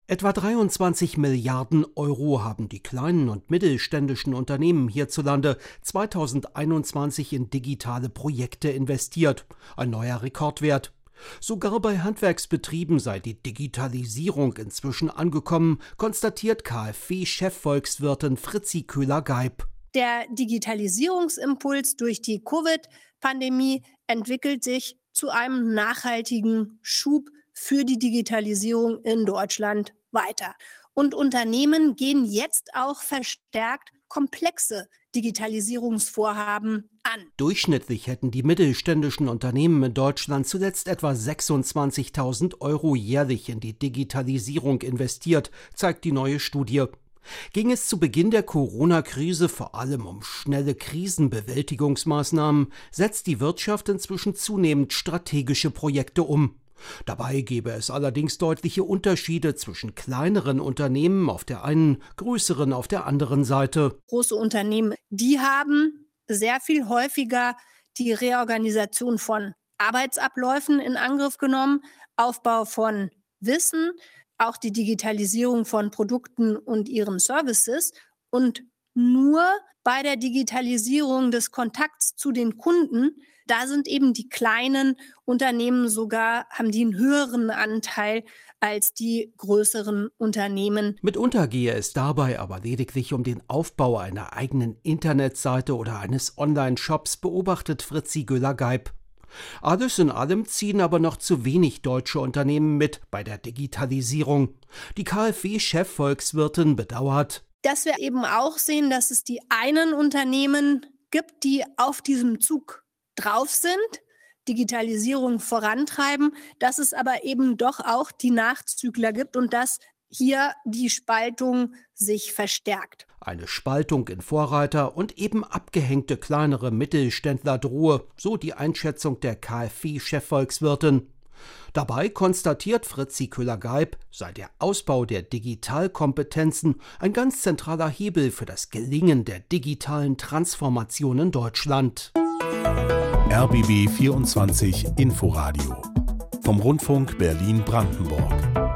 Etwa 23 Milliarden Euro haben die kleinen und mittelständischen Unternehmen hierzulande 2021 in digitale Projekte investiert. Ein neuer Rekordwert. Sogar bei Handwerksbetrieben sei die Digitalisierung inzwischen angekommen, konstatiert KfW-Chefvolkswirtin Fritzi Köhler-Geib. Der Digitalisierungsimpuls durch die Covid-Pandemie entwickelt sich zu einem nachhaltigen Schub für die Digitalisierung in Deutschland weiter. Und Unternehmen gehen jetzt auch verstärkt komplexe Digitalisierungsvorhaben an. Durchschnittlich hätten die mittelständischen Unternehmen in Deutschland zuletzt etwa 26.000 Euro jährlich in die Digitalisierung investiert, zeigt die neue Studie. Ging es zu Beginn der Corona-Krise vor allem um schnelle Krisenbewältigungsmaßnahmen, setzt die Wirtschaft inzwischen zunehmend strategische Projekte um. Dabei gäbe es allerdings deutliche Unterschiede zwischen kleineren Unternehmen auf der einen, größeren auf der anderen Seite. Große Unternehmen, die haben sehr viel häufiger die Reorganisation von Arbeitsabläufen in Angriff genommen, Aufbau von Wissen, auch die Digitalisierung von Produkten und ihren Services. Und nur bei der Digitalisierung des Kontakts zu den Kunden, da sind eben die kleinen Unternehmen haben die einen höheren Anteil als die größeren Unternehmen. Mitunter gehe es dabei aber lediglich um den Aufbau einer eigenen Internetseite oder eines Online-Shops, beobachtet Fritzi Köhler-Geib. Alles in allem ziehen aber noch zu wenig deutsche Unternehmen mit bei der Digitalisierung. Die KfW-Chefvolkswirtin bedauert, dass wir eben auch sehen, dass es die einen Unternehmen gibt, die auf diesem Zug drauf sind, Digitalisierung vorantreiben, dass es aber eben doch auch die Nachzügler gibt und dass hier die Spaltung sich verstärkt. Eine Spaltung in Vorreiter und eben abgehängte kleinere Mittelständler drohe, so die Einschätzung der KfW-Chefvolkswirtin. Dabei konstatiert Fritzi Köhler-Geib, sei der Ausbau der Digitalkompetenzen ein ganz zentraler Hebel für das Gelingen der digitalen Transformation in Deutschland. RBB 24 Inforadio vom Rundfunk Berlin-Brandenburg.